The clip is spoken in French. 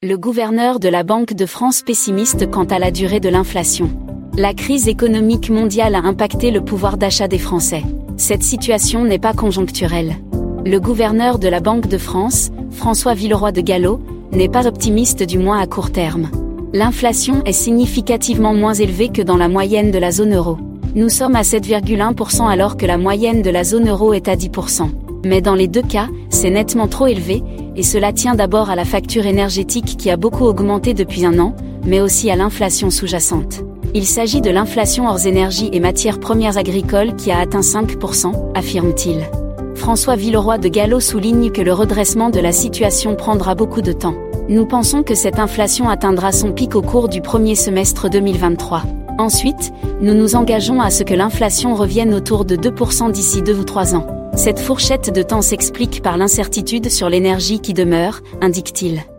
Le gouverneur de la Banque de France pessimiste quant à la durée de l'inflation. La crise économique mondiale a impacté le pouvoir d'achat des Français. Cette situation n'est pas conjoncturelle. Le gouverneur de la Banque de France, François Villeroy de Galhau, n'est pas optimiste du moins à court terme. L'inflation est significativement moins élevée que dans la moyenne de la zone euro. Nous sommes à 7,1% alors que la moyenne de la zone euro est à 10%. Mais dans les deux cas, c'est nettement trop élevé, et cela tient d'abord à la facture énergétique qui a beaucoup augmenté depuis un an, mais aussi à l'inflation sous-jacente. Il s'agit de l'inflation hors énergie et matières premières agricoles qui a atteint 5%, affirme-t-il. François Villeroy de Galhau souligne que le redressement de la situation prendra beaucoup de temps. Nous pensons que cette inflation atteindra son pic au cours du premier semestre 2023. Ensuite, nous nous engageons à ce que l'inflation revienne autour de 2% d'ici 2 ou 3 ans. Cette fourchette de temps s'explique par l'incertitude sur l'énergie qui demeure, indique-t-il.